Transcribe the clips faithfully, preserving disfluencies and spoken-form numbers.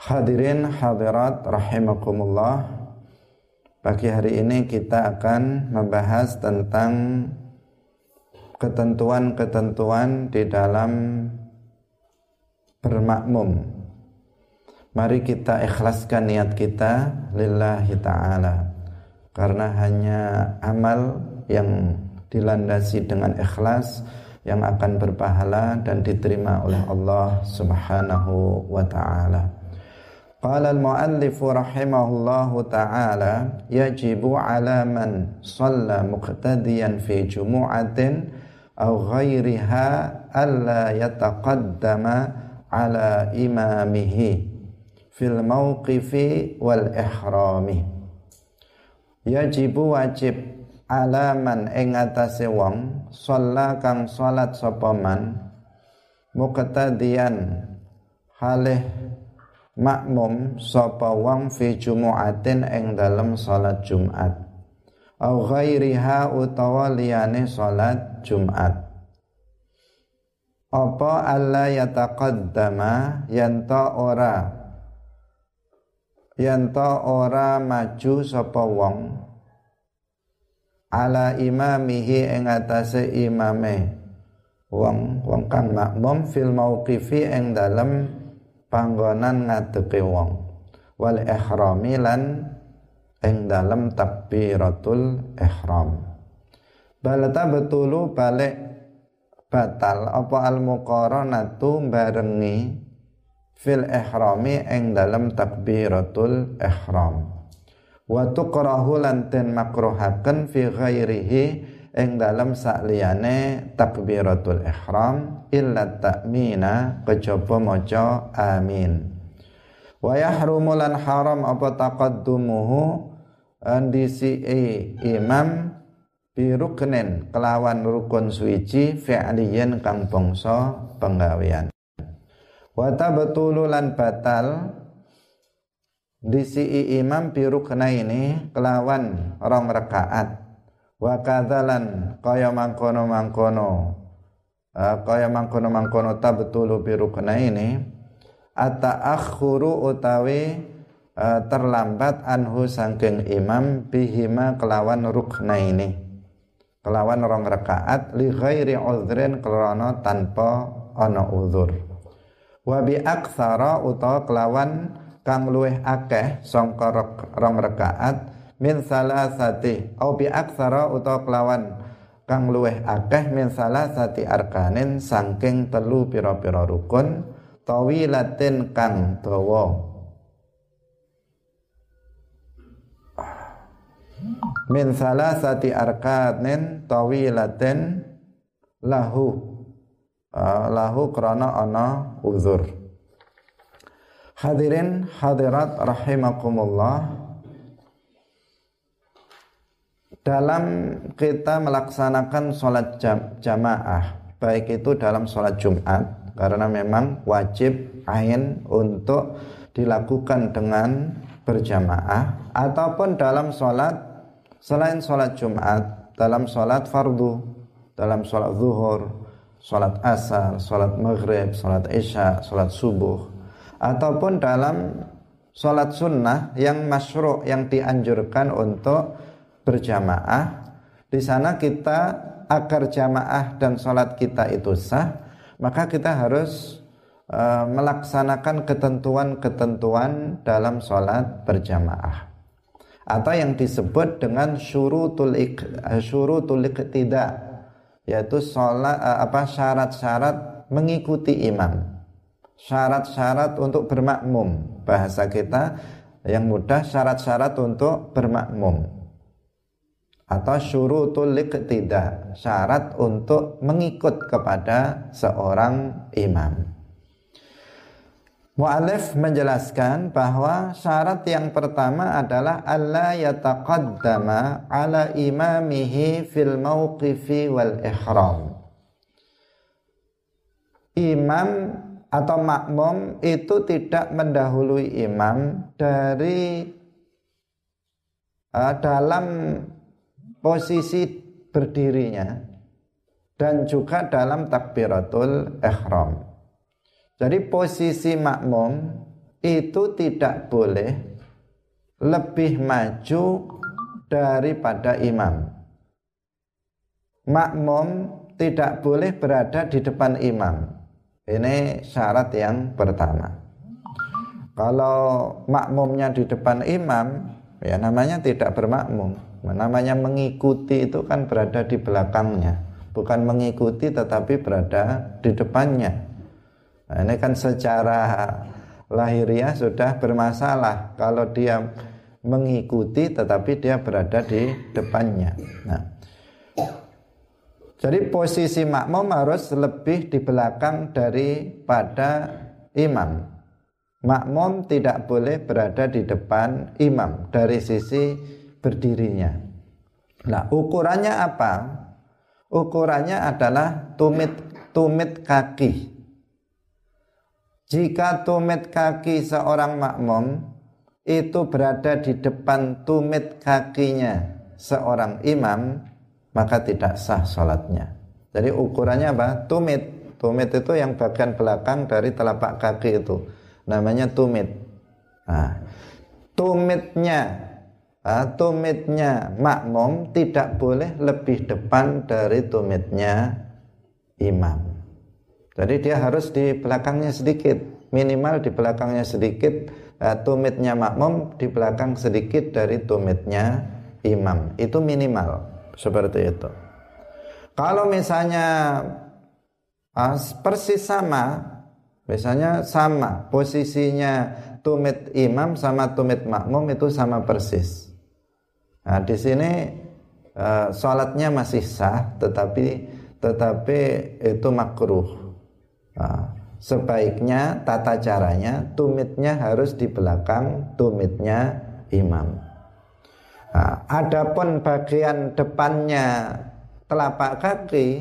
Hadirin hadirat rahimakumullah. Pagi hari ini kita akan membahas tentang ketentuan-ketentuan di dalam bermakmum. Mari kita ikhlaskan niat kita lillahi ta'ala, karena hanya amal yang dilandasi dengan ikhlas yang akan berpahala dan diterima oleh Allah subhanahu wa ta'ala. Qala al-muallif rahimahullahu ta'ala, yajibu ala man shalla muqtadiyan fi jumu'atin aw ghairiha alla yataqaddama ala imamihi fil mawqifi wal ihrami. Yajibu wajib ala man ing atase wong shalla kang salat sapa man muqtadiyan halih makmum sapa wong fi jumu'atin ing dalem salat Jumat au ghairiha utawa liyane salat Jumat, apa alla yataqaddama yanto ora yanto ora maju sapa wong ala imamihi ing atase imame wong wong kang makmum fil mauqifi ing dalem panggonan ngadepe wong wal ihrami lan ing dalem takbiratul ihram. Balata betulu balik batal apa al muqaranatu barengi fil ihrami ing dalem takbiratul ihram. Wa tuqrahu lan den makruhaken fi ghairihi ing dalem sakliyane takbiratul ihram illa ta'mina kejaba maca amin. Wa yahrumu lan haram apa taqaddumuhu andisi imam bi ruknin kelawan rukun suci fi'liyan kang bangsa penggawean. Wa tabtulu lan batal disi imam bi ruknaini kelawan rong rakaat. Wa kadzalan kaya mangkono-mangkono uh, kaya mangkono-mangkono tabtulu bi ruknaini ata'akhkhuru utawi uh, terlambat anhu saking imam bihima kelawan ruknaini kelawan rong rakaat li ghairi udhrin krana tanpa ana uzur. Wa bi aktsara utawa kelawan kang luwih akeh sangka rong rakaat min salasati au bi aktsara utawa kelawan kang luweh akeh min salasati arkanin saking telu pira-pira rukun tawilatin kang dawa min salasati arkanin tawilatin lahu uh, lahu krana ana uzur. Hadirin hadirat rahimakumullah, dalam kita melaksanakan sholat jam, jamaah, baik itu dalam sholat Jumat, karena memang wajib ain untuk dilakukan dengan berjamaah, ataupun dalam sholat selain sholat Jumat, dalam sholat fardu, dalam sholat zuhur, sholat asar, sholat maghrib, sholat isya, sholat subuh, ataupun dalam sholat sunnah yang masyru', yang dianjurkan untuk berjamaah. Di sana kita agar jamaah dan sholat kita itu sah, maka kita harus uh, melaksanakan ketentuan-ketentuan dalam sholat berjamaah, atau yang disebut dengan syurutul syurutul iqtida, yaitu sholat uh, apa syarat-syarat mengikuti imam, syarat-syarat untuk bermakmum, bahasa kita yang mudah, syarat-syarat untuk bermakmum, atau syurutul iqtida, syarat untuk mengikut kepada seorang imam. Mu'allif menjelaskan bahwa syarat yang pertama adalah alla yataqaddama ala imamihi fil mauqifi wal ihram. Imam atau makmum itu tidak mendahului imam dari uh, dalam posisi berdirinya dan juga dalam takbiratul ihram. Jadi posisi makmum itu tidak boleh lebih maju daripada imam. Makmum tidak boleh berada di depan imam. Ini syarat yang pertama. Kalau makmumnya di depan imam, ya namanya tidak bermakmum. Namanya mengikuti itu kan berada di belakangnya, bukan mengikuti tetapi berada di depannya. Nah, ini kan secara lahiriah sudah bermasalah kalau dia mengikuti tetapi dia berada di depannya. Nah, jadi posisi makmum harus lebih di belakang daripada imam. Makmum tidak boleh berada di depan imam dari sisi berdirinya. Nah, ukurannya apa? Ukurannya adalah tumit tumit kaki. Jika tumit kaki seorang makmum itu berada di depan tumit kakinya seorang imam, maka tidak sah sholatnya. Jadi ukurannya apa? Tumit. Tumit itu yang bagian belakang dari telapak kaki itu, namanya tumit. Nah, tumitnya, nah, tumitnya makmum tidak boleh lebih depan dari tumitnya imam. Jadi dia harus di belakangnya sedikit, minimal di belakangnya sedikit. Uh, tumitnya makmum di belakang sedikit dari tumitnya imam, itu minimal, seperti itu. Kalau misalnya uh, persis sama, misalnya sama posisinya tumit imam sama tumit makmum itu sama persis. Nah, di sini uh, sholatnya masih sah, tetapi tetapi itu makruh. Nah, sebaiknya tata caranya tumitnya harus di belakang tumitnya imam. Nah, adapun bagian depannya telapak kaki,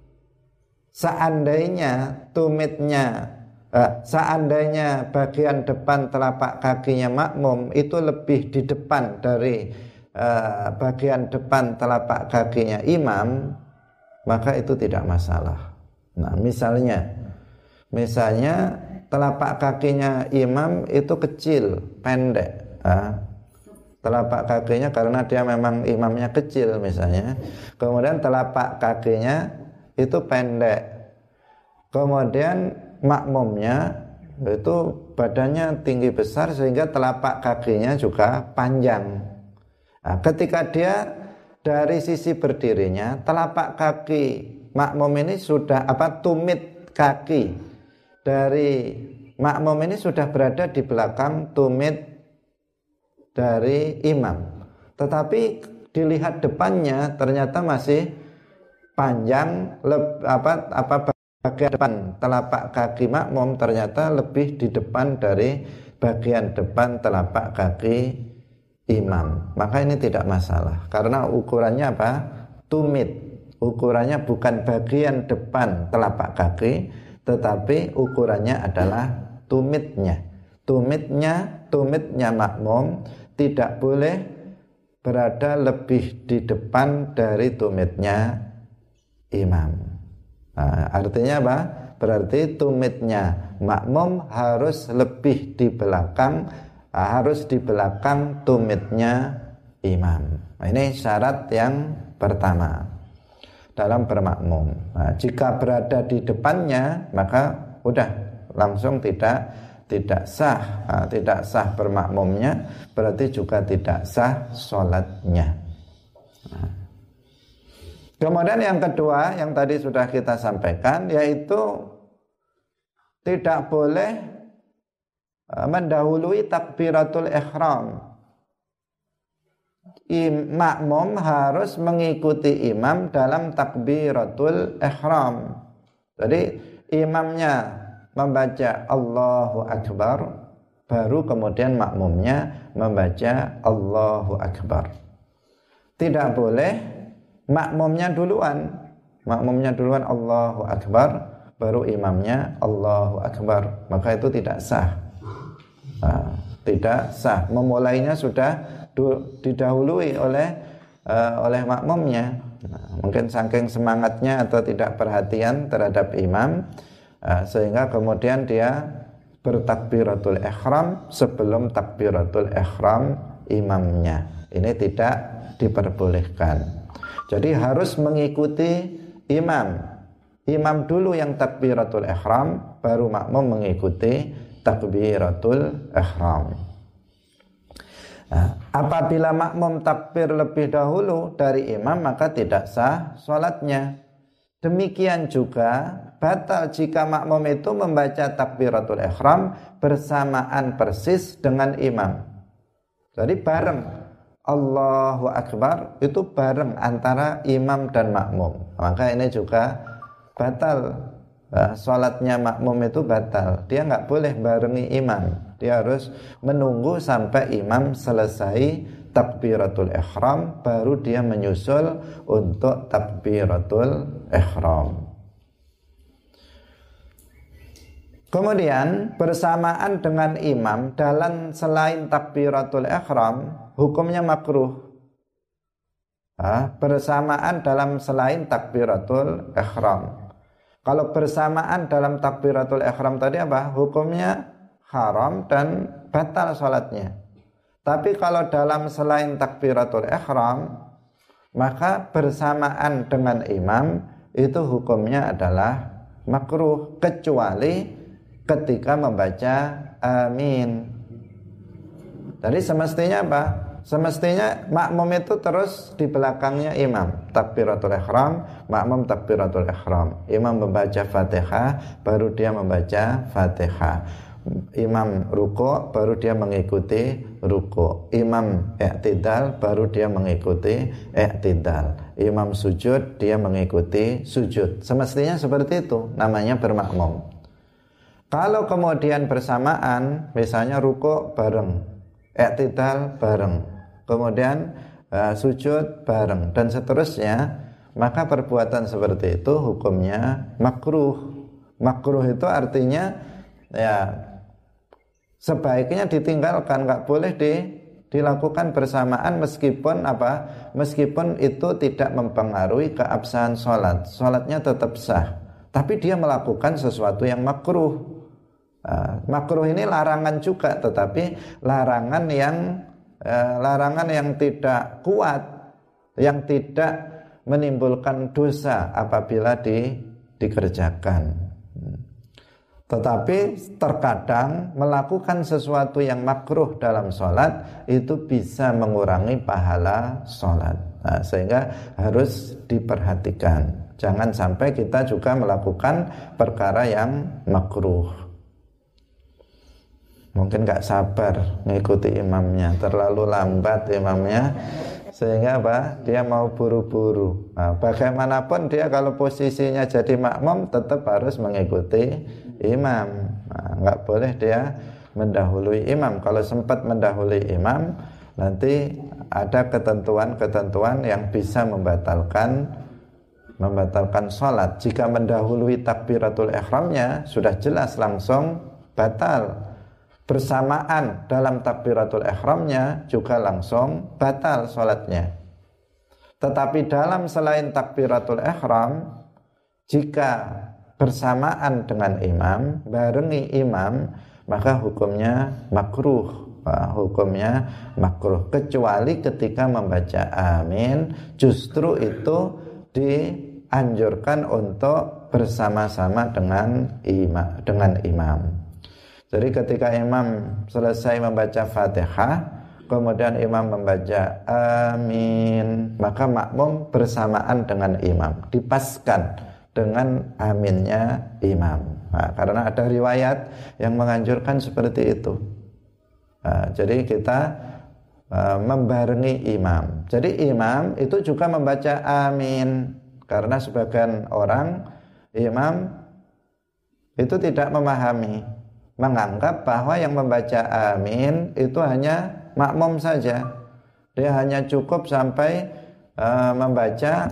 seandainya tumitnya, eh, seandainya bagian depan telapak kakinya makmum itu lebih di depan dari eh, bagian depan telapak kakinya imam, maka itu tidak masalah. Nah, misalnya Misalnya telapak kakinya imam itu kecil, pendek. Nah, telapak kakinya karena dia memang imamnya kecil misalnya. Kemudian telapak kakinya itu pendek. Kemudian makmumnya itu badannya tinggi besar sehingga telapak kakinya juga panjang. Nah, ketika dia dari sisi berdirinya, telapak kaki makmum ini sudah apa tumit kaki dari makmum ini sudah berada di belakang tumit dari imam, tetapi dilihat depannya ternyata masih panjang, leb, apa apa bagian depan telapak kaki makmum ternyata lebih di depan dari bagian depan telapak kaki imam, maka ini tidak masalah karena ukurannya apa? Tumit. Ukurannya bukan bagian depan telapak kaki, tetapi ukurannya adalah tumitnya. Tumitnya, tumitnya makmum tidak boleh berada lebih di depan dari tumitnya imam. Nah, artinya apa? Berarti tumitnya makmum harus lebih di belakang, harus di belakang tumitnya imam. Nah, ini syarat yang pertama dalam bermakmum. Nah, jika berada di depannya maka udah langsung tidak tidak sah, nah, tidak sah bermakmumnya, berarti juga tidak sah sholatnya. Nah. Kemudian yang kedua yang tadi sudah kita sampaikan, yaitu tidak boleh mendahului takbiratul ihram. Makmum harus mengikuti imam dalam takbiratul ihram. Jadi imamnya membaca Allahu Akbar, baru kemudian makmumnya membaca Allahu Akbar. Tidak boleh makmumnya duluan, makmumnya duluan Allahu Akbar, baru imamnya Allahu Akbar, maka itu tidak sah. Nah, tidak sah. Memulainya sudah didahului oleh uh, oleh makmumnya. Nah, mungkin saking semangatnya atau tidak perhatian terhadap imam, uh, sehingga kemudian dia bertakbiratul ihram sebelum takbiratul ihram imamnya. Ini tidak diperbolehkan. Jadi harus mengikuti imam. Imam dulu yang takbiratul ihram, baru makmum mengikuti takbiratul ihram. Nah, apabila makmum takbir lebih dahulu dari imam, maka tidak sah sholatnya. Demikian juga batal jika makmum itu membaca takbiratul ihram bersamaan persis dengan imam. Jadi bareng Allahu Akbar itu bareng antara imam dan makmum. Maka ini juga batal. Nah, sholatnya makmum itu batal. Dia nggak boleh barengi imam. Dia harus menunggu sampai imam selesai takbiratul ihram, baru dia menyusul untuk takbiratul ihram. Kemudian bersamaan dengan imam dalam selain takbiratul ihram, hukumnya makruh. Nah, bersamaan dalam selain takbiratul ihram. Kalau bersamaan dalam takbiratul ihram tadi apa? Hukumnya haram dan batal sholatnya. Tapi kalau dalam selain takbiratul ihram, maka bersamaan dengan imam itu hukumnya adalah makruh, kecuali ketika membaca amin. Jadi semestinya apa? Semestinya makmum itu terus di belakangnya imam. Takbiratul ihram, makmum takbiratul ihram. Imam membaca Fatihah, baru dia membaca Fatihah. Imam ruku, baru dia mengikuti ruku. Imam i'tidal, baru dia mengikuti i'tidal. Imam sujud, dia mengikuti sujud. Semestinya seperti itu, namanya bermakmum. Kalau kemudian bersamaan, misalnya ruku bareng, i'tidal bareng, kemudian uh, sujud bareng, dan seterusnya, maka perbuatan seperti itu hukumnya makruh. Makruh itu artinya ya sebaiknya ditinggalkan, nggak boleh di, dilakukan bersamaan meskipun apa? Meskipun itu tidak mempengaruhi keabsahan sholat, sholatnya tetap sah. Tapi dia melakukan sesuatu yang makruh. Nah, makruh ini larangan juga, tetapi larangan yang eh, larangan yang tidak kuat, yang tidak menimbulkan dosa apabila di, dikerjakan. Tetapi terkadang melakukan sesuatu yang makruh dalam sholat itu bisa mengurangi pahala sholat. Nah, sehingga harus diperhatikan. Jangan sampai kita juga melakukan perkara yang makruh. Mungkin gak sabar mengikuti imamnya, terlalu lambat imamnya, sehingga apa? Dia mau buru-buru. Nah, bagaimanapun dia kalau posisinya jadi makmum tetap harus mengikuti imam. Nah, nggak boleh dia mendahului imam. Kalau sempat mendahului imam, nanti ada ketentuan-ketentuan yang bisa membatalkan membatalkan sholat. Jika mendahului takbiratul ihramnya, sudah jelas langsung batal. Bersamaan dalam takbiratul ihramnya juga langsung batal sholatnya. Tetapi dalam selain takbiratul ihram, jika bersamaan dengan imam, barengi imam, maka hukumnya makruh. Hukumnya makruh, kecuali ketika membaca amin, justru itu dianjurkan untuk bersama-sama dengan imam, dengan imam. Jadi ketika imam selesai membaca Fatihah, kemudian imam membaca amin, maka makmum bersamaan dengan imam, dipaskan dengan aminnya imam. Nah, karena ada riwayat yang menganjurkan seperti itu. Nah, jadi kita uh, membarengi imam. Jadi imam itu juga membaca amin, karena sebagian orang imam itu tidak memahami, menganggap bahwa yang membaca amin itu hanya makmum saja. Dia hanya cukup sampai uh, membaca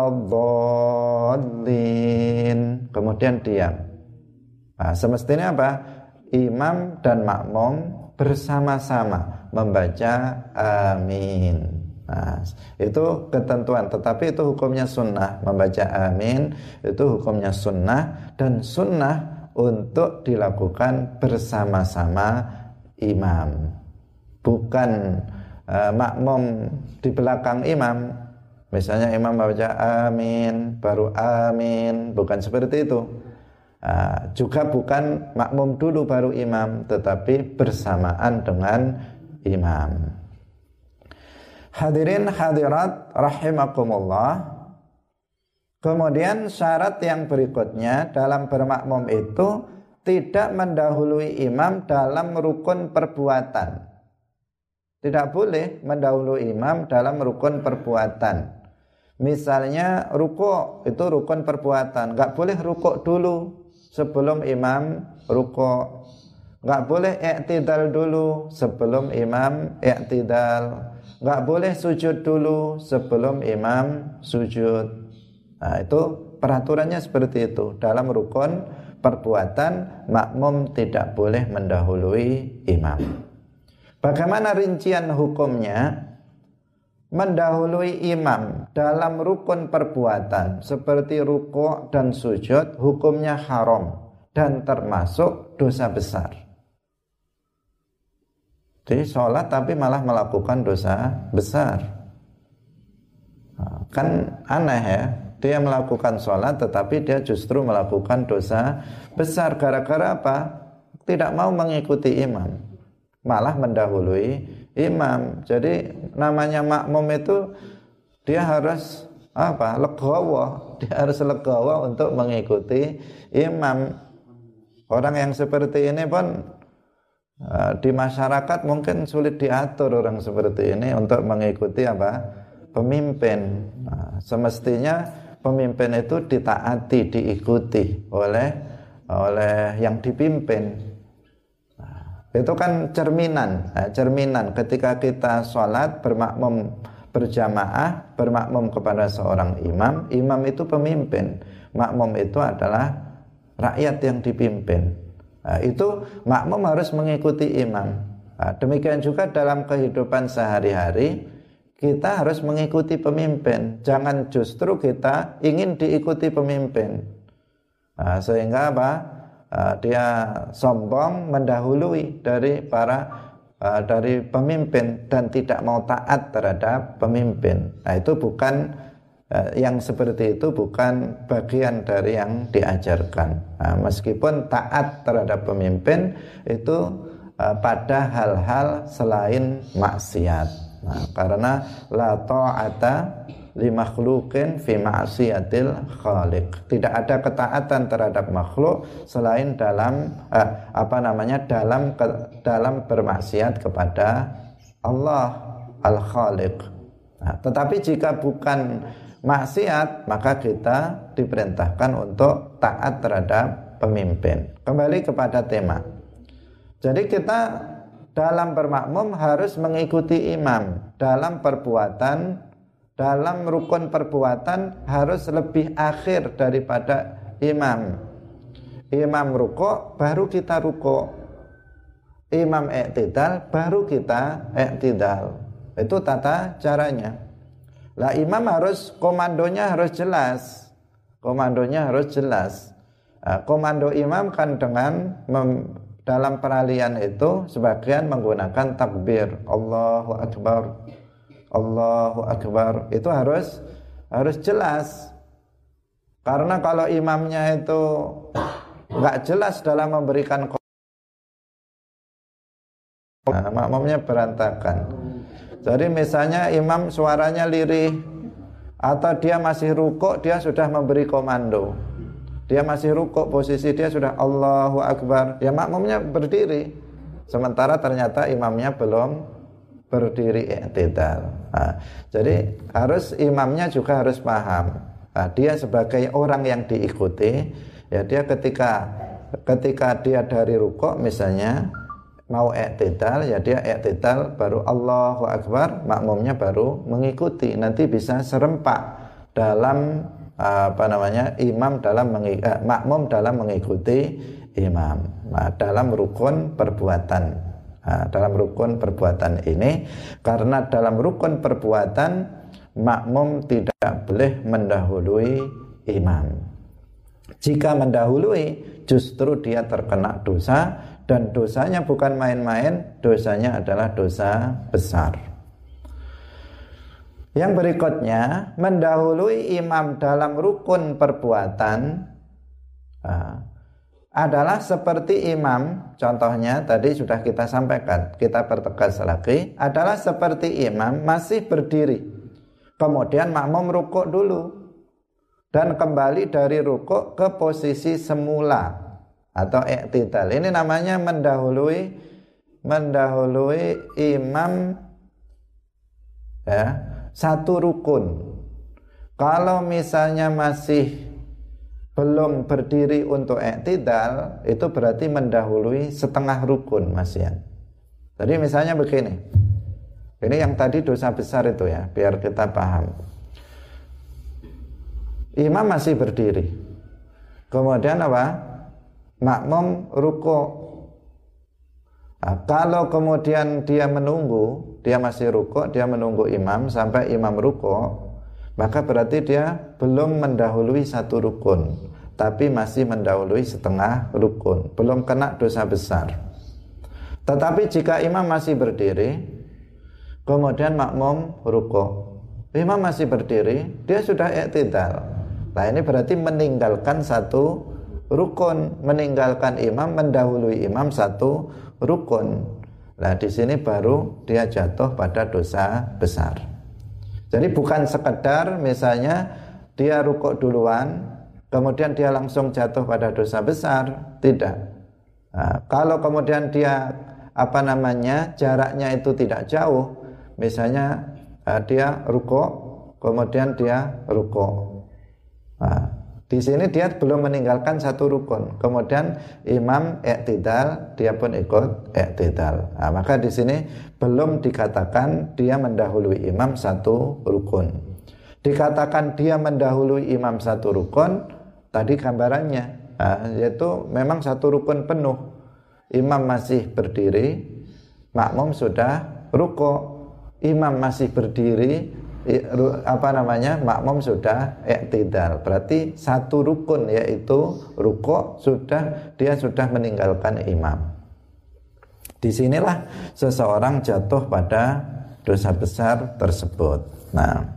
waladhdallin, kemudian diam. Nah, semestinya apa? Imam dan makmum bersama-sama membaca amin. Nah, itu ketentuan, tetapi itu hukumnya sunnah. Membaca amin itu hukumnya sunnah, dan sunnah untuk dilakukan bersama-sama imam, bukan uh, makmum di belakang imam. Misalnya imam baca amin baru amin, bukan seperti itu. Uh, juga bukan makmum dulu baru imam, tetapi bersamaan dengan imam. Hadirin hadirat rahimakumullah. Kemudian syarat yang berikutnya dalam bermakmum itu tidak mendahului imam dalam rukun perbuatan. Tidak boleh mendahului imam dalam rukun perbuatan. Misalnya rukuk, itu rukun perbuatan, enggak boleh rukuk dulu sebelum imam rukuk. Enggak boleh i'tidal dulu sebelum imam i'tidal. Enggak boleh sujud dulu sebelum imam sujud. Nah, itu peraturannya seperti itu. Dalam rukun perbuatan makmum tidak boleh mendahului imam. Bagaimana rincian hukumnya? Mendahului imam dalam rukun perbuatan seperti rukuk dan sujud hukumnya haram dan termasuk dosa besar. Jadi sholat tapi malah melakukan dosa besar. Kan aneh ya. Dia melakukan sholat tetapi dia justru melakukan dosa besar. Gara-gara apa? Tidak mau mengikuti imam, malah mendahului imam. Jadi namanya makmum itu dia harus apa? Legowo. Dia harus legowo untuk mengikuti imam. Orang yang seperti ini pun uh, di masyarakat mungkin sulit diatur orang seperti ini untuk mengikuti apa? Pemimpin. Nah, semestinya pemimpin itu ditaati, diikuti oleh oleh yang dipimpin. Nah, itu kan cerminan, nah, cerminan ketika kita sholat bermakmum berjamaah, bermakmum kepada seorang imam. Imam itu pemimpin, makmum itu adalah rakyat yang dipimpin. Nah, itu makmum harus mengikuti imam. Nah, demikian juga dalam kehidupan sehari-hari kita harus mengikuti pemimpin. Jangan justru kita ingin diikuti pemimpin. Nah, sehingga apa? Uh, dia sombong mendahului dari para uh, dari pemimpin dan tidak mau taat terhadap pemimpin. Nah, itu bukan uh, yang seperti itu bukan bagian dari yang diajarkan. Nah, meskipun taat terhadap pemimpin itu uh, pada hal-hal selain maksiat. Nah, karena la ta'ata li makhluqin fi ma'siyatil khaliq. Tidak ada ketaatan terhadap makhluk selain dalam eh, apa namanya dalam ke, dalam bermaksiat kepada Allah Al-Khaliq. Nah, tetapi jika bukan maksiat, maka kita diperintahkan untuk taat terhadap pemimpin. Kembali kepada tema. Jadi kita dalam bermakmum harus mengikuti imam. Dalam perbuatan, dalam rukun perbuatan harus lebih akhir daripada imam. Imam rukuk, baru kita rukuk. Imam i'tidal, baru kita i'tidal. Itu tata caranya. Lah imam harus, komandonya harus jelas. Komandonya harus jelas. Nah, komando imam kan dengan mem dalam peralihan itu sebagian menggunakan takbir Allahu Akbar, Allahu Akbar. Itu harus harus jelas. Karena kalau imamnya itu enggak jelas dalam memberikan nah, makmumnya berantakan. Jadi misalnya imam suaranya lirih atau dia masih rukuk, dia sudah memberi komando. Dia masih rukuk, posisi dia sudah Allahu Akbar. Ya makmumnya berdiri. Sementara ternyata imamnya belum berdiri i'tidal. Nah, jadi harus imamnya juga harus paham. Nah, dia sebagai orang yang diikuti, ya dia ketika ketika dia dari rukuk misalnya mau i'tidal, ya dia i'tidal baru Allahu Akbar, makmumnya baru mengikuti. Nanti bisa serempak dalam apa namanya imam dalam mengikuti, eh, makmum dalam mengikuti imam. Nah, dalam rukun perbuatan. Nah, dalam rukun perbuatan ini, karena dalam rukun perbuatan makmum tidak boleh mendahului imam. Jika mendahului, justru dia terkena dosa, dan dosanya bukan main-main, dosanya adalah dosa besar. Yang berikutnya, mendahului imam dalam rukun perbuatan uh, adalah seperti imam, contohnya tadi sudah kita sampaikan, kita pertegas lagi, adalah seperti imam masih berdiri, kemudian makmum rukuk dulu dan kembali dari rukuk ke posisi semula atau i'tidal. Ini namanya mendahului mendahului imam ya, satu rukun. Kalau misalnya masih belum berdiri untuk i'tidal, itu berarti mendahului setengah rukun, Mas Yan. Jadi misalnya begini, ini yang tadi dosa besar itu ya, biar kita paham. Imam masih berdiri, kemudian apa? Makmum rukuk. Nah, kalau kemudian dia menunggu, dia masih rukuk, dia menunggu imam sampai imam rukuk, maka berarti dia belum mendahului satu rukun, tapi masih mendahului setengah rukun, belum kena dosa besar. Tetapi jika imam masih berdiri, kemudian makmum rukuk, imam masih berdiri, dia sudah i'tidal. Nah, ini berarti meninggalkan satu rukun, meninggalkan imam, mendahului imam satu rukun. Nah, di sini baru dia jatuh pada dosa besar. Jadi bukan sekedar misalnya dia rukuk duluan, kemudian dia langsung jatuh pada dosa besar, tidak. Nah, kalau kemudian dia apa namanya jaraknya itu tidak jauh, misalnya uh, dia rukuk, kemudian dia rukuk. Nah, di sini dia belum meninggalkan satu rukun, kemudian imam i'tidal, dia pun ikut i'tidal. Nah, maka di sini belum dikatakan dia mendahului imam satu rukun. Dikatakan dia mendahului imam satu rukun, tadi gambarannya, nah, yaitu memang satu rukun penuh. Imam masih berdiri, makmum sudah rukuk. Imam masih berdiri, apa namanya makmum sudah i'tidal, berarti satu rukun yaitu rukuk sudah dia sudah meninggalkan imam. Disinilah seseorang jatuh pada dosa besar tersebut. Nah,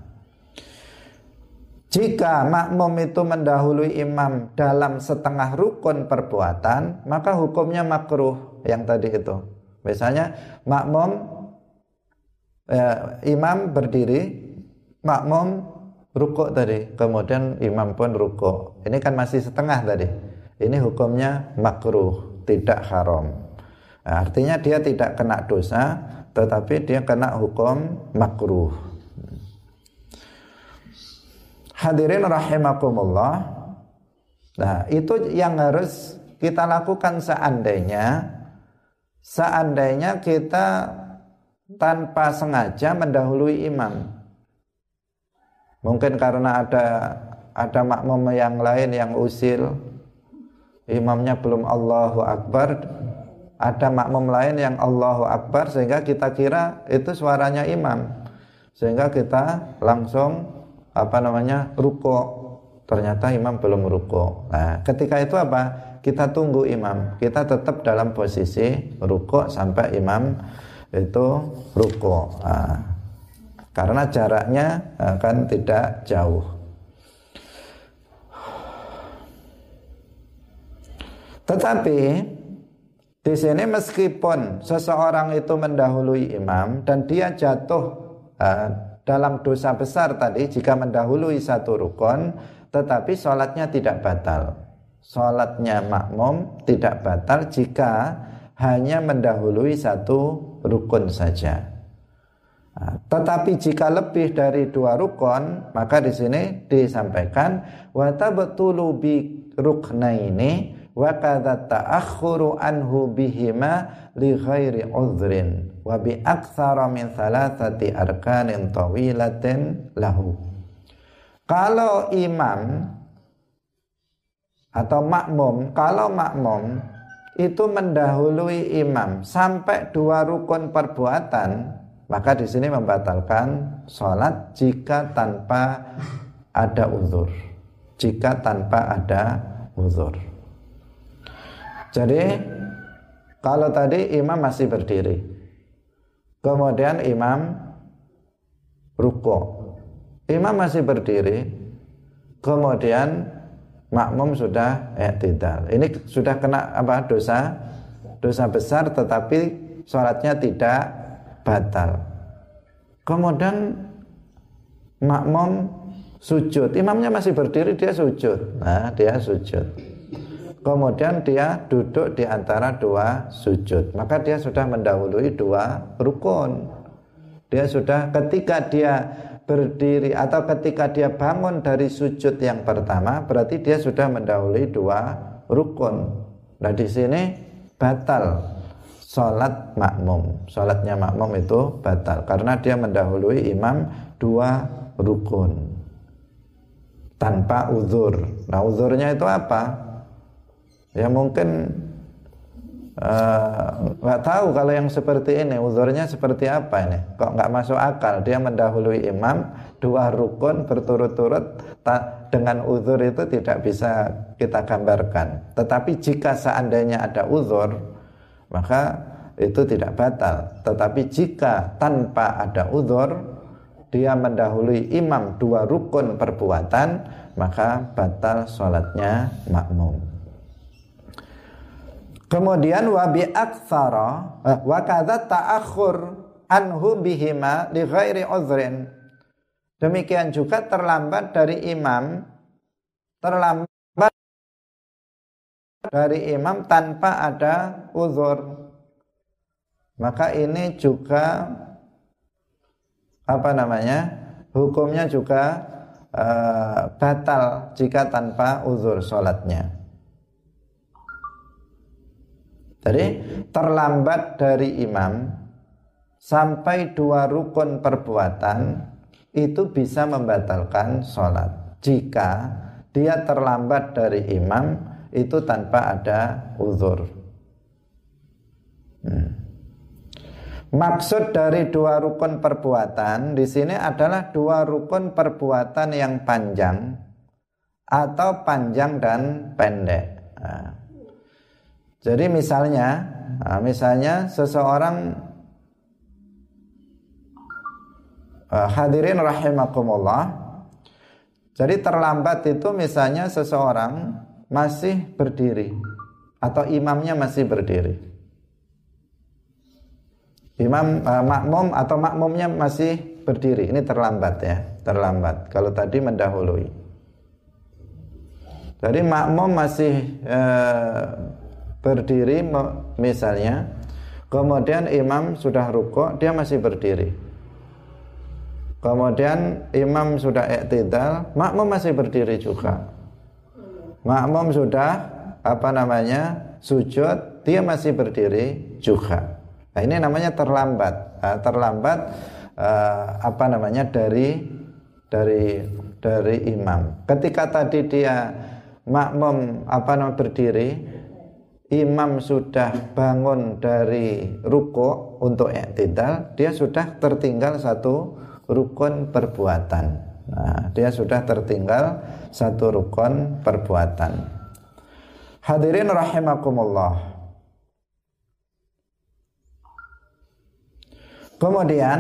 jika makmum itu mendahului imam dalam setengah rukun perbuatan, maka hukumnya makruh yang tadi itu. Misalnya makmum eh, imam berdiri, makmum rukuk tadi, kemudian imam pun rukuk. Ini kan masih setengah tadi. Ini hukumnya makruh, tidak haram. Nah, artinya dia tidak kena dosa, tetapi dia kena hukum makruh. Hadirin rahimakumullah. Nah, itu yang harus kita lakukan seandainya seandainya kita tanpa sengaja mendahului imam. Mungkin karena ada ada makmum yang lain yang usil, imamnya belum Allahu Akbar, ada makmum lain yang Allahu Akbar, sehingga kita kira itu suaranya imam, sehingga kita langsung apa namanya rukuk, ternyata imam belum rukuk. Nah, ketika itu apa? Kita tunggu imam, kita tetap dalam posisi rukuk sampai imam itu rukuk. Nah, karena jaraknya akan tidak jauh. Tetapi di sini meskipun seseorang itu mendahului imam dan dia jatuh uh, dalam dosa besar tadi jika mendahului satu rukun, tetapi sholatnya tidak batal. Sholatnya makmum tidak batal jika hanya mendahului satu rukun saja. Nah, tetapi jika lebih dari dua rukun, maka di sini disampaikan wa tabtulu bi ruknaini wa kadza ta'akhkhuru anhu bihima li ghairi udhrin wa bi aktsara min thalathati arkanin tawilatin lahu. Kalau imam atau makmum, kalau makmum itu mendahului imam sampai dua rukun perbuatan, maka di sini membatalkan sholat jika tanpa ada uzur, jika tanpa ada uzur. Jadi kalau tadi imam masih berdiri, kemudian imam rukuk, imam masih berdiri, kemudian makmum sudah i'tidal. Ini sudah kena apa? Dosa, dosa besar, tetapi sholatnya tidak batal. Kemudian makmum sujud, imamnya masih berdiri, dia sujud. Nah, dia sujud. Kemudian dia duduk di antara dua sujud, maka dia sudah mendahului dua rukun. Dia sudah, ketika dia berdiri atau ketika dia bangun dari sujud yang pertama, berarti dia sudah mendahului dua rukun. Nah, di sini batal sholat makmum. Sholatnya makmum itu batal karena dia mendahului imam dua rukun tanpa uzur. Nah, uzurnya itu apa? Ya mungkin nggak uh, tahu kalau yang seperti ini uzurnya seperti apa ini, kok nggak masuk akal dia mendahului imam dua rukun berturut-turut. Ta- dengan uzur itu tidak bisa kita gambarkan. Tetapi jika seandainya ada uzur, maka itu tidak batal. Tetapi jika tanpa ada uzur dia mendahului imam dua rukun perbuatan, maka batal sholatnya makmum. Kemudian wa bi aktsara wa kadza ta'akhur anhu bihima li ghairi uzrin. Demikian juga terlambat dari imam, terlambat dari imam tanpa ada uzur. Maka ini juga apa namanya? Hukumnya juga uh, batal jika tanpa uzur sholatnya. Jadi terlambat dari imam sampai dua rukun perbuatan itu bisa membatalkan sholat jika dia terlambat dari imam itu tanpa ada uzur. Hmm. Maksud dari dua rukun perbuatan di sini adalah dua rukun perbuatan yang panjang atau panjang dan pendek. Nah, jadi misalnya, nah misalnya seseorang uh, hadirin rahimakumullah. Jadi terlambat itu misalnya seseorang masih berdiri atau imamnya masih berdiri. Imam uh, makmum atau makmumnya masih berdiri. Ini terlambat ya, terlambat. Kalau tadi mendahului. Jadi makmum masih uh, berdiri misalnya, kemudian imam sudah rukuk, dia masih berdiri. Kemudian imam sudah i'tidal, makmum masih berdiri juga. Makmum sudah apa namanya sujud, dia masih berdiri juga. Nah, ini namanya terlambat. Nah, terlambat uh, apa namanya dari dari dari imam. Ketika tadi dia makmum apa namanya berdiri, imam sudah bangun dari ruku untuk i'tidal, dia sudah tertinggal satu rukun perbuatan. Nah, dia sudah tertinggal satu rukun perbuatan. Hadirin rahimakumullah. Kemudian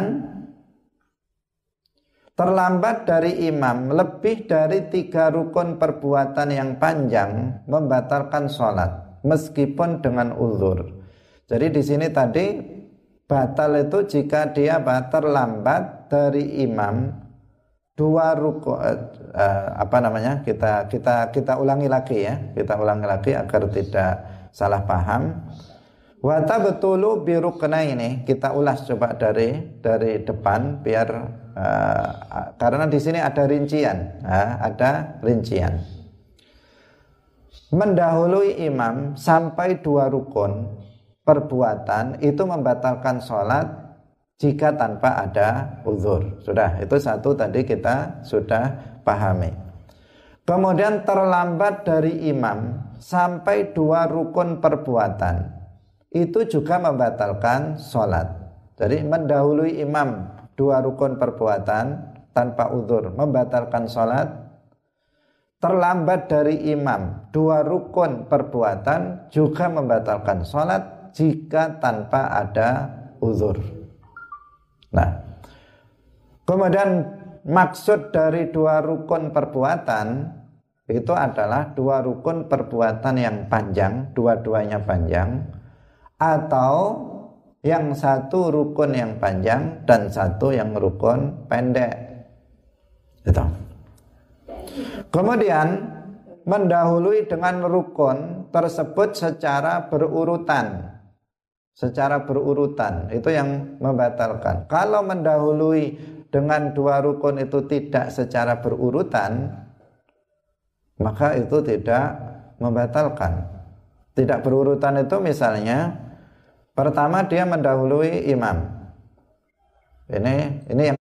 terlambat dari imam lebih dari tiga rukun perbuatan yang panjang membatalkan sholat meskipun dengan uzur. Jadi di sini tadi batal itu jika dia terlambat dari imam dua ruku uh, apa namanya kita kita kita ulangi lagi ya kita ulangi lagi agar tidak salah paham. Wa tabtulu bi ruknaini, kita ulas coba dari dari depan biar uh, karena di sini ada rincian, uh, ada rincian. Mendahului imam sampai dua rukun perbuatan itu membatalkan sholat jika tanpa ada uzur. Sudah, itu satu tadi kita sudah pahami. Kemudian terlambat dari imam sampai dua rukun perbuatan itu juga membatalkan sholat. Jadi mendahului imam dua rukun perbuatan tanpa uzur membatalkan sholat. terlambat dari imam dua rukun perbuatan juga membatalkan sholat jika tanpa ada uzur. Nah, kemudian maksud dari dua rukun perbuatan itu adalah dua rukun perbuatan yang panjang, dua-duanya panjang, atau yang satu rukun yang panjang dan satu yang rukun pendek. Itu. Kemudian mendahului dengan rukun tersebut secara berurutan. Secara berurutan itu yang membatalkan. Kalau mendahului dengan dua rukun itu tidak secara berurutan, maka itu tidak membatalkan. Tidak berurutan itu misalnya pertama dia mendahului imam. Ini ini yang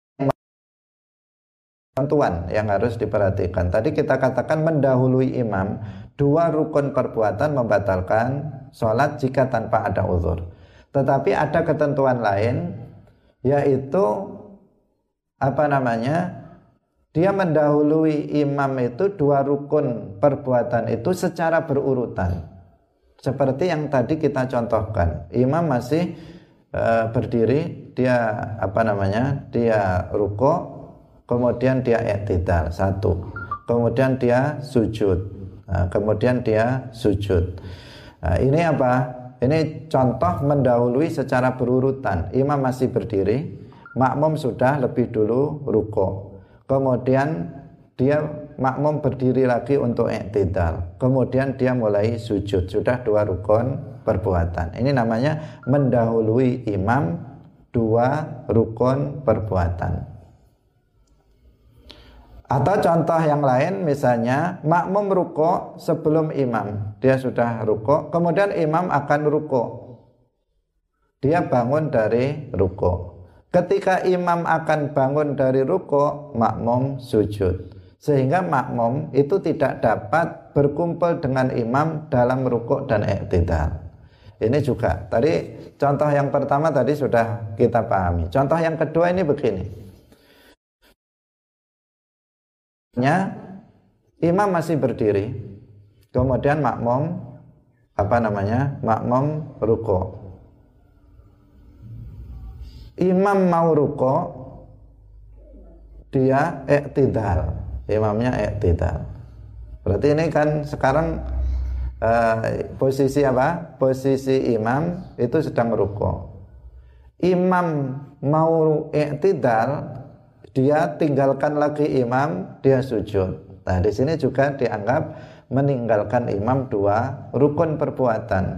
tentuan yang harus diperhatikan. Tadi kita katakan mendahului imam, dua rukun perbuatan membatalkan sholat jika tanpa ada uzur. Tetapi ada ketentuan lain, yaitu apa namanya? Dia mendahului imam itu dua rukun perbuatan itu secara berurutan. Seperti yang tadi kita contohkan, imam masih e, berdiri, dia apa namanya? Dia rukuk, kemudian dia i'tidal satu, kemudian dia sujud, nah, kemudian dia sujud. Nah, ini apa? Ini contoh mendahului secara berurutan. Imam masih berdiri, makmum sudah lebih dulu rukuk, kemudian dia makmum berdiri lagi untuk i'tidal, kemudian dia mulai sujud. Sudah dua rukun perbuatan. Ini namanya mendahului imam dua rukun perbuatan. Atau contoh yang lain, misalnya makmum rukuk sebelum imam, dia sudah rukuk, kemudian imam akan rukuk, dia bangun dari rukuk. Ketika imam akan bangun dari rukuk, makmum sujud, sehingga makmum itu tidak dapat berkumpul dengan imam dalam rukuk dan i'tidal. Ini juga tadi contoh yang pertama tadi sudah kita pahami. Contoh yang kedua ini begini. Nya, imam masih berdiri, kemudian makmum apa namanya makmum rukuk. Imam mau rukuk, dia i'tidal, imamnya i'tidal. Berarti ini kan sekarang eh, posisi apa? Posisi imam itu sedang rukuk. Imam mau i'tidal, dia tinggalkan lagi imam, dia sujud. Nah, di sini juga dianggap meninggalkan imam dua rukun perbuatan.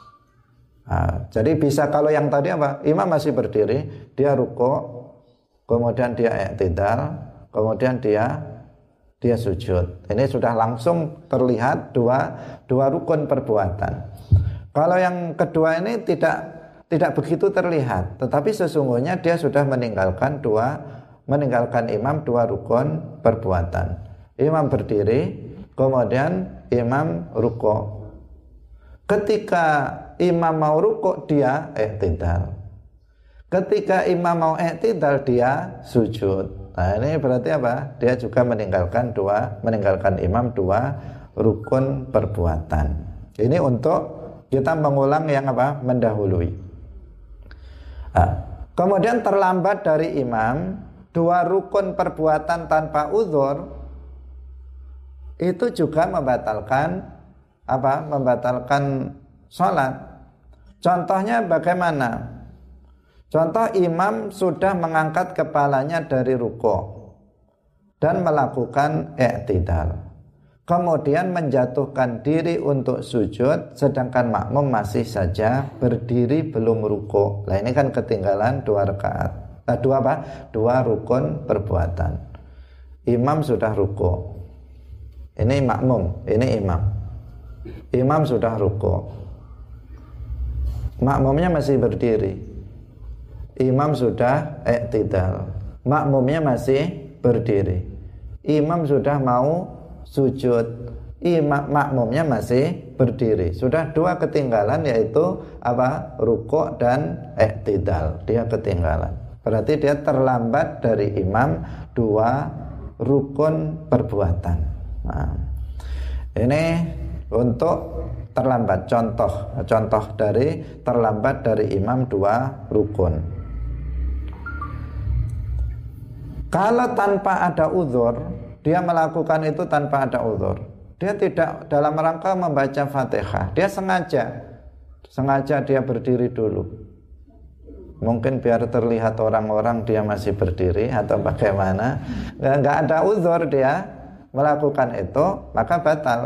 Nah, jadi bisa kalau yang tadi apa? Imam masih berdiri, dia rukuk, kemudian dia i'tidal, kemudian dia dia sujud. Ini sudah langsung terlihat dua dua rukun perbuatan. Kalau yang kedua ini tidak tidak begitu terlihat, tetapi sesungguhnya dia sudah meninggalkan dua meninggalkan imam dua rukun perbuatan. Imam berdiri, kemudian imam rukuk. Ketika imam mau rukuk, dia i'tidal. Ketika imam mau i'tidal, dia sujud. Nah, ini berarti apa? Dia juga meninggalkan dua meninggalkan imam dua rukun perbuatan. Ini untuk kita mengulang yang apa? Mendahului. Nah, kemudian terlambat dari imam dua rukun perbuatan tanpa uzur itu juga membatalkan apa? Membatalkan sholat. Contohnya bagaimana? Contoh imam sudah mengangkat kepalanya dari rukuk dan melakukan i'tidal, kemudian menjatuhkan diri untuk sujud, sedangkan makmum masih saja berdiri belum rukuk. Nah, ini kan ketinggalan dua rakaat. Dua apa? Dua rukun perbuatan. Imam sudah rukuk. Ini makmum, ini imam. Imam sudah rukuk. Makmumnya masih berdiri. Imam sudah i'tidal. Makmumnya masih berdiri. Imam sudah mau sujud. Imam makmumnya masih berdiri. Sudah dua ketinggalan, yaitu apa? Rukuk dan i'tidal. Dia ketinggalan. Berarti dia terlambat dari imam dua rukun perbuatan. Nah, ini untuk terlambat, contoh contoh dari terlambat dari imam dua rukun. Kalau tanpa ada uzur, dia melakukan itu tanpa ada uzur, dia tidak dalam rangka membaca Fatihah, dia sengaja sengaja dia berdiri dulu, mungkin biar terlihat orang-orang dia masih berdiri atau bagaimana, nggak, nggak ada uzur dia melakukan itu, maka batal.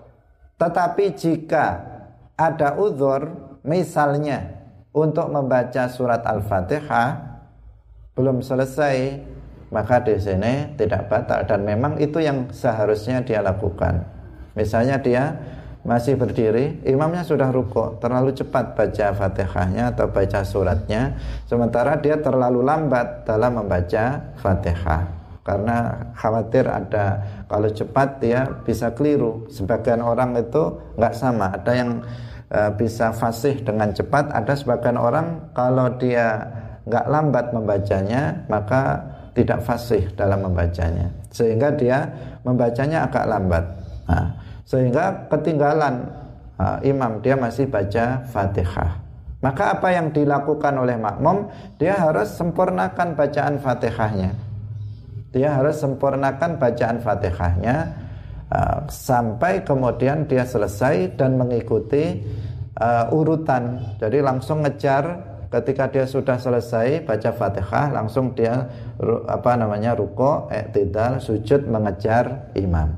Tetapi jika ada uzur, misalnya untuk membaca surat Al-Fatihah belum selesai, maka di sini tidak batal dan memang itu yang seharusnya dia lakukan. Misalnya dia masih berdiri, imamnya sudah rukuk, terlalu cepat baca Fatihahnya atau baca suratnya, sementara dia terlalu lambat dalam membaca Fatihah karena khawatir ada, kalau cepat dia bisa keliru. Sebagian orang itu nggak sama, ada yang e, bisa fasih dengan cepat, ada sebagian orang kalau dia nggak lambat membacanya maka tidak fasih dalam membacanya, sehingga dia membacanya agak lambat. Nah, sehingga ketinggalan uh, imam, dia masih baca Fatihah. Maka apa yang dilakukan oleh makmum, dia harus sempurnakan bacaan Fatihahnya. Dia harus sempurnakan bacaan Fatihahnya uh, sampai kemudian dia selesai dan mengikuti uh, urutan. Jadi langsung ngejar. Ketika dia sudah selesai baca Fatihah, langsung dia apa namanya ruku', i'tidal, sujud mengejar imam.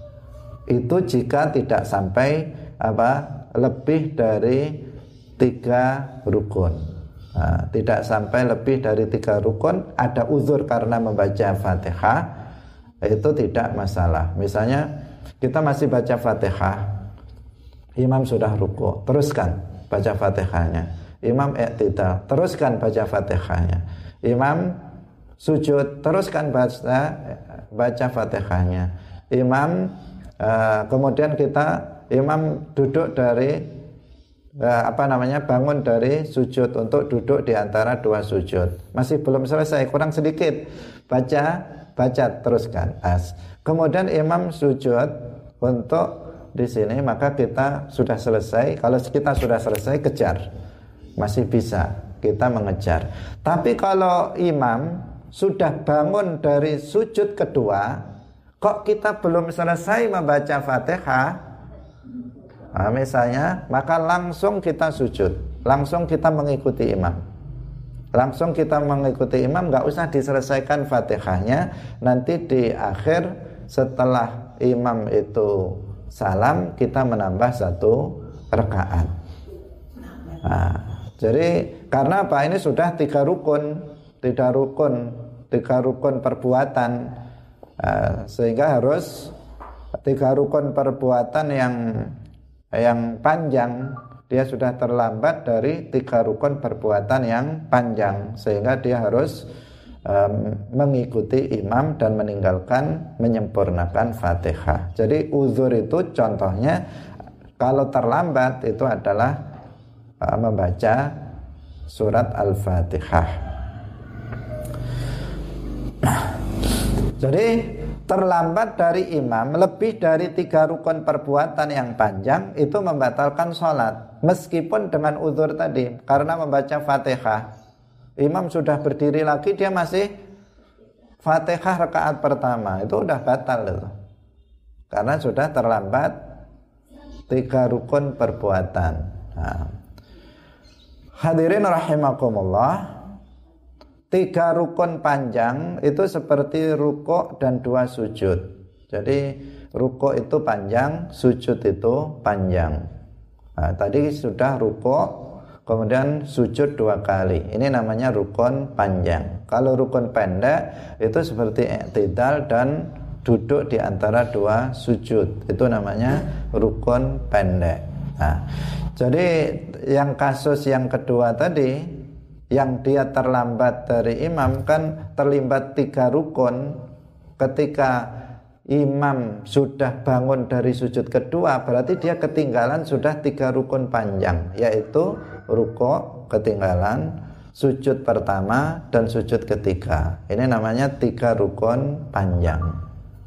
Itu jika tidak sampai apa lebih dari tiga rukun. Nah, tidak sampai lebih dari tiga rukun, ada uzur karena membaca Fatihah, itu tidak masalah. Misalnya kita masih baca Fatihah, imam sudah ruku', teruskan baca Fatihahnya. Imam i'tidal, teruskan baca Fatihahnya. Imam sujud, teruskan baca baca Fatihahnya. Imam uh, kemudian kita imam duduk dari uh, apa namanya bangun dari sujud untuk duduk di antara dua sujud. Masih belum selesai, kurang sedikit. Baca, baca teruskan. As. Kemudian imam sujud untuk di sini, maka kita sudah selesai. Kalau kita sudah selesai, kejar. Masih bisa kita mengejar. Tapi kalau imam sudah bangun dari sujud kedua, kok kita belum selesai membaca Fatihah, nah, misalnya, maka langsung kita sujud, langsung kita mengikuti imam, langsung kita mengikuti imam, nggak usah diselesaikan Fatihahnya. Nanti di akhir setelah imam itu salam, kita menambah satu rakaat. Nah, jadi karena apa? Ini sudah tiga rukun, tiga rukun, tiga rukun perbuatan, uh, sehingga harus tiga rukun perbuatan yang yang panjang. Dia sudah terlambat dari tiga rukun perbuatan yang panjang, sehingga dia harus um, mengikuti imam dan meninggalkan menyempurnakan Fatihah. Jadi uzur itu contohnya kalau terlambat itu adalah membaca surat Al-Fatihah. Jadi terlambat dari imam lebih dari tiga rukun perbuatan yang panjang itu membatalkan sholat, meskipun dengan uzur tadi. Karena membaca Fatihah, imam sudah berdiri lagi, dia masih Fatihah rakaat pertama, itu udah batal itu. Karena sudah terlambat tiga rukun perbuatan. Nah, hadirin rahimakumullah, tiga rukun panjang itu seperti rukuk dan dua sujud. Jadi rukuk itu panjang, sujud itu panjang. Nah, tadi sudah rukuk, kemudian sujud dua kali. Ini namanya rukun panjang. Kalau rukun pendek itu seperti i'tidal dan duduk di antara dua sujud. Itu namanya rukun pendek. Nah, jadi yang kasus yang kedua tadi, yang dia terlambat dari imam, kan terlibat tiga rukun. Ketika imam sudah bangun dari sujud kedua, berarti dia ketinggalan sudah tiga rukun panjang, yaitu rukuk ketinggalan, sujud pertama dan sujud ketiga. Ini namanya tiga rukun panjang.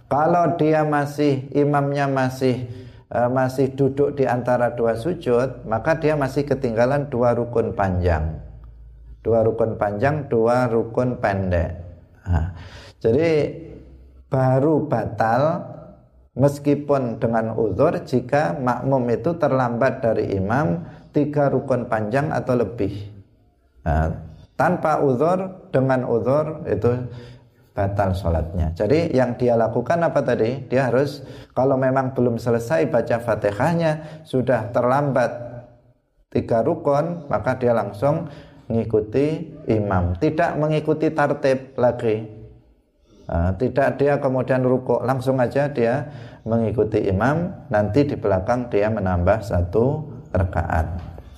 Kalau dia masih imamnya masih uh, masih duduk di antara dua sujud, maka dia masih ketinggalan dua rukun panjang. Dua rukun panjang, dua rukun pendek. Nah, jadi baru batal meskipun dengan uzur jika makmum itu terlambat dari imam tiga rukun panjang atau lebih. Nah, tanpa uzur, dengan uzur itu batal sholatnya. Jadi yang dia lakukan apa tadi? Dia harus, kalau memang belum selesai baca Fatihahnya, sudah terlambat tiga rukun, maka dia langsung mengikuti imam, tidak mengikuti tartib lagi. Nah, tidak dia kemudian rukuk, langsung aja dia mengikuti imam, nanti di belakang dia menambah satu rakaat.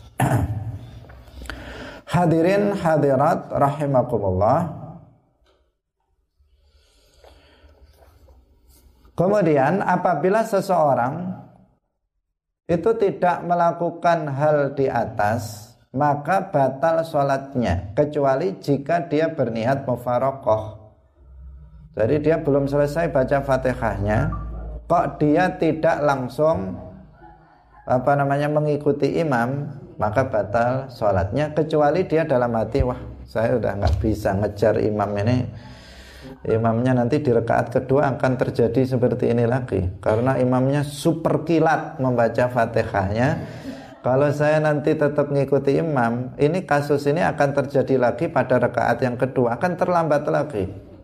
Hadirin hadirat rahimakumullah. Kemudian apabila seseorang itu tidak melakukan hal di atas, maka batal sholatnya, kecuali jika dia berniat mufaraqah. Jadi dia belum selesai baca Fatihahnya, kok dia tidak langsung apa namanya mengikuti imam, maka batal sholatnya, kecuali dia dalam hati, wah saya udah nggak bisa ngejar imam ini, imamnya nanti di rakaat kedua akan terjadi seperti ini lagi, karena imamnya super kilat membaca Fatihahnya. Kalau saya nanti tetap mengikuti imam, ini kasus ini akan terjadi lagi pada rakaat yang kedua, akan terlambat lagi.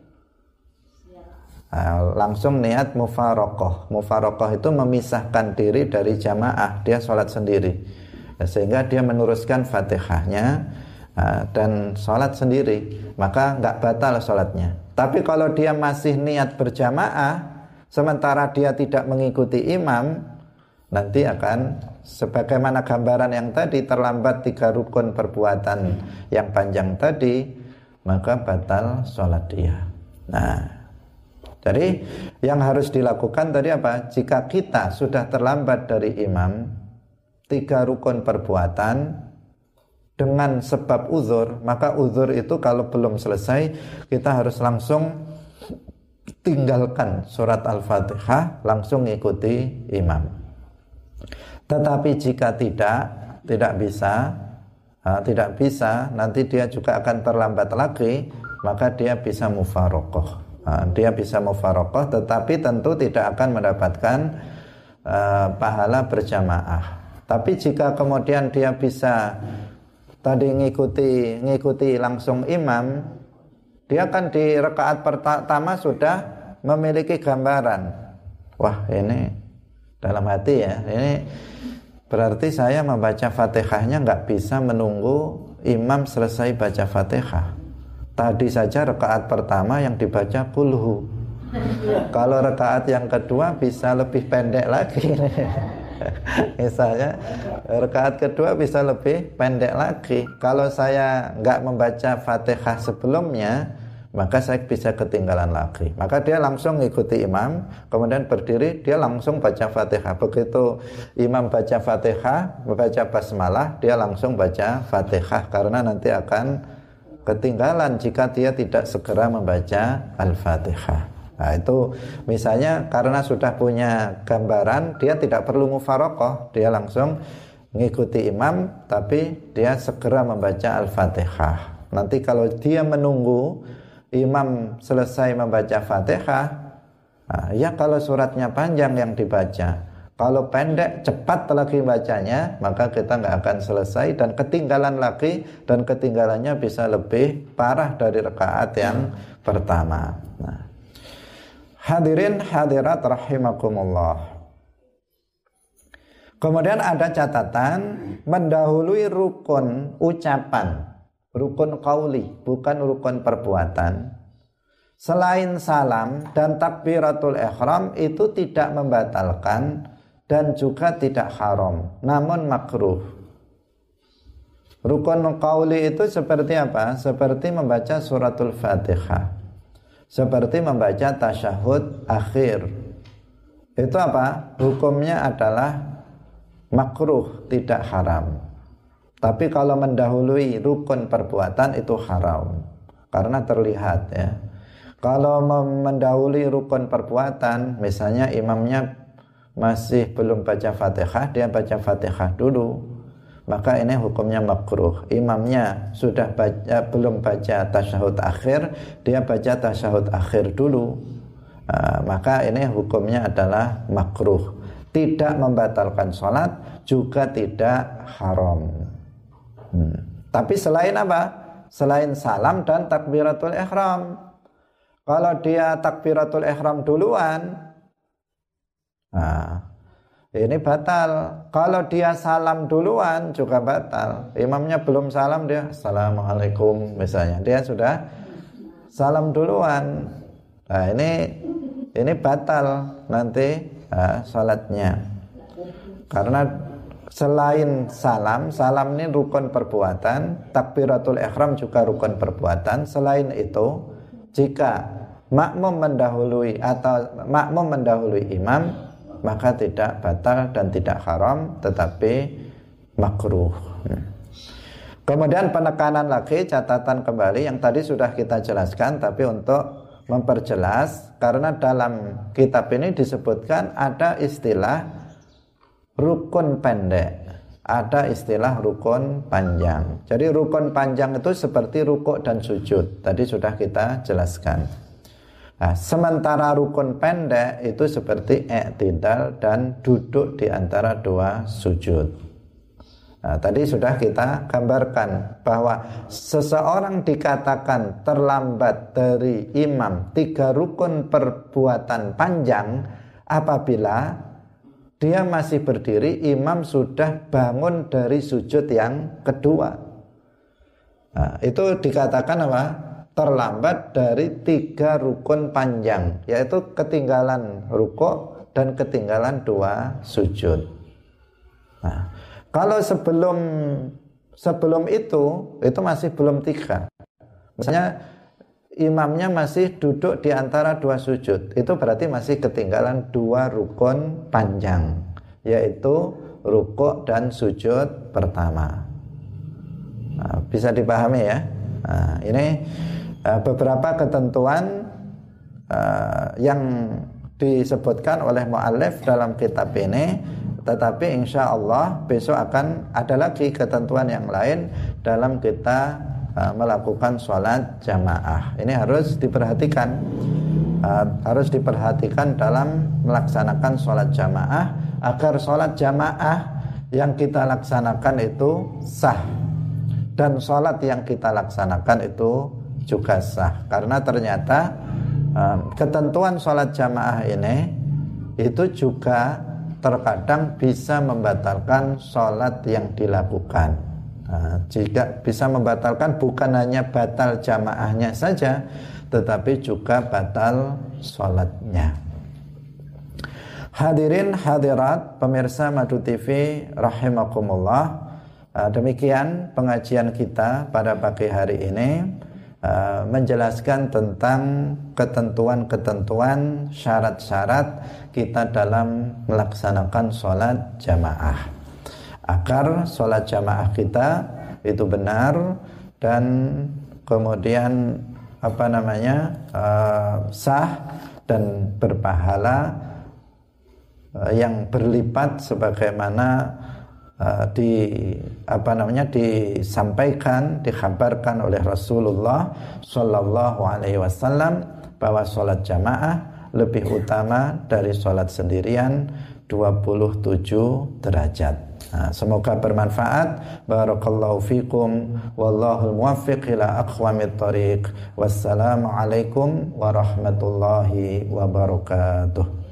Nah, langsung niat mufaraqah. Mufaraqah itu memisahkan diri dari jamaah, dia sholat sendiri, sehingga dia meneruskan Fatihahnya dan sholat sendiri, maka nggak batal sholatnya. Tapi kalau dia masih niat berjamaah, sementara dia tidak mengikuti imam, nanti akan sebagaimana gambaran yang tadi, terlambat tiga rukun perbuatan yang panjang tadi, maka batal sholat dia. Nah, jadi yang harus dilakukan tadi apa? Jika kita sudah terlambat dari imam tiga rukun perbuatan dengan sebab uzur, maka uzur itu kalau belum selesai, kita harus langsung tinggalkan surat Al-Fatihah, langsung ikuti imam. Tetapi jika tidak, tidak bisa, nah, tidak bisa, nanti dia juga akan terlambat lagi, maka dia bisa mufaraqah. Nah, dia bisa mufaraqah, tetapi tentu tidak akan mendapatkan uh, pahala berjamaah. Tapi jika kemudian dia bisa tadi ngikuti ngikuti langsung imam, dia kan di rakaat pertama sudah memiliki gambaran. Wah, ini dalam hati ya, ini berarti saya membaca Fatihahnya nggak bisa menunggu imam selesai baca Fatihah. Tadi saja rakaat pertama yang dibaca kulhu. Kalau rakaat yang kedua bisa lebih pendek lagi. Misalnya rakaat kedua bisa lebih pendek lagi. Kalau saya nggak membaca Fatihah sebelumnya, maka saya bisa ketinggalan lagi. Maka dia langsung ngikuti imam, kemudian berdiri, dia langsung baca Fatihah. Begitu imam baca Fatihah, membaca basmalah, dia langsung baca Fatihah, karena nanti akan ketinggalan jika dia tidak segera membaca Al-Fatihah. Nah, itu misalnya karena sudah punya gambaran, dia tidak perlu mufaraqah, dia langsung mengikuti imam, tapi dia segera membaca Al-Fatihah. Nanti kalau dia menunggu imam selesai membaca Fatihah, nah, ya kalau suratnya panjang yang dibaca, kalau pendek cepat lagi bacanya, maka kita nggak akan selesai dan ketinggalan lagi, dan ketinggalannya bisa lebih parah dari rakaat yang pertama. Nah, hadirin hadirat rahimakumullah. Kemudian ada catatan mendahului rukun ucapan, rukun qauli, bukan rukun perbuatan. Selain salam dan takbiratul ihram itu tidak membatalkan dan juga tidak haram, namun makruh. Rukun qauli itu seperti apa? Seperti membaca suratul Fatihah, seperti membaca tasyahud akhir. Itu apa? Hukumnya adalah makruh, tidak haram. Tapi kalau mendahului rukun perbuatan itu haram, karena terlihat ya. Kalau mendahului rukun perbuatan, misalnya imamnya masih belum baca Fatihah, dia baca Fatihah dulu, maka ini hukumnya makruh. Imamnya sudah baca, belum baca tasyahud akhir, dia baca tasyahud akhir dulu, uh, maka ini hukumnya adalah makruh. Tidak membatalkan sholat, juga tidak haram. Hmm. Tapi selain apa? Selain salam dan takbiratul ihram. Kalau dia takbiratul ihram duluan, nah, ini batal. Kalau dia salam duluan juga batal. Imamnya belum salam, dia assalamualaikum misalnya, dia sudah salam duluan. Nah, ini ini batal nanti nah, salatnya. Karena selain salam, salam ini rukun perbuatan, takbiratul ihram juga rukun perbuatan. Selain itu, jika makmum mendahului atau makmum mendahului imam, maka tidak batal dan tidak haram, tetapi makruh. Kemudian penekanan lagi, catatan kembali yang tadi sudah kita jelaskan, tapi untuk memperjelas, karena dalam kitab ini disebutkan ada istilah rukun pendek, ada istilah rukun panjang. Jadi rukun panjang itu seperti rukuk dan sujud, tadi sudah kita jelaskan. Nah, sementara rukun pendek itu seperti i'tidal dan duduk di antara dua sujud. Nah, tadi sudah kita gambarkan bahwa seseorang dikatakan terlambat dari imam tiga rukun perbuatan panjang apabila dia masih berdiri, imam sudah bangun dari sujud yang kedua. Nah, itu dikatakan apa? Terlambat dari tiga rukun panjang, yaitu ketinggalan rukuk dan ketinggalan dua sujud. Nah, kalau sebelum sebelum itu, itu masih belum tiga. Misalnya imamnya masih duduk di antara dua sujud, itu berarti masih ketinggalan dua rukun panjang, yaitu rukuk dan sujud pertama. Nah, bisa dipahami ya. Nah, ini uh, beberapa ketentuan uh, yang disebutkan oleh mu'allif dalam kitab ini, tetapi insya Allah besok akan ada lagi ketentuan yang lain dalam kita melakukan sholat jamaah. Ini harus diperhatikan, uh, harus diperhatikan dalam melaksanakan sholat jamaah, agar sholat jamaah yang kita laksanakan itu sah dan sholat yang kita laksanakan itu juga sah. Karena ternyata uh, ketentuan sholat jamaah ini itu juga terkadang bisa membatalkan sholat yang dilakukan. Nah, jika bisa membatalkan, bukan hanya batal jamaahnya saja, tetapi juga batal sholatnya. Hadirin hadirat pemirsa Madu T V rahimakumullah, demikian pengajian kita pada pagi hari ini, menjelaskan tentang ketentuan-ketentuan syarat-syarat kita dalam melaksanakan sholat jamaah, agar sholat jamaah kita itu benar dan kemudian apa namanya uh, sah dan berpahala uh, yang berlipat sebagaimana uh, di apa namanya disampaikan, dikhabarkan oleh Rasulullah Shallallahu Alaihi Wasallam bahwa sholat jamaah lebih utama dari sholat sendirian dua puluh tujuh derajat. Nah, semoga bermanfaat. Barakallahu fikum wallahul muwaffiq ila aqwamit thoriq. Wassalamualaikum warahmatullahi wabarakatuh.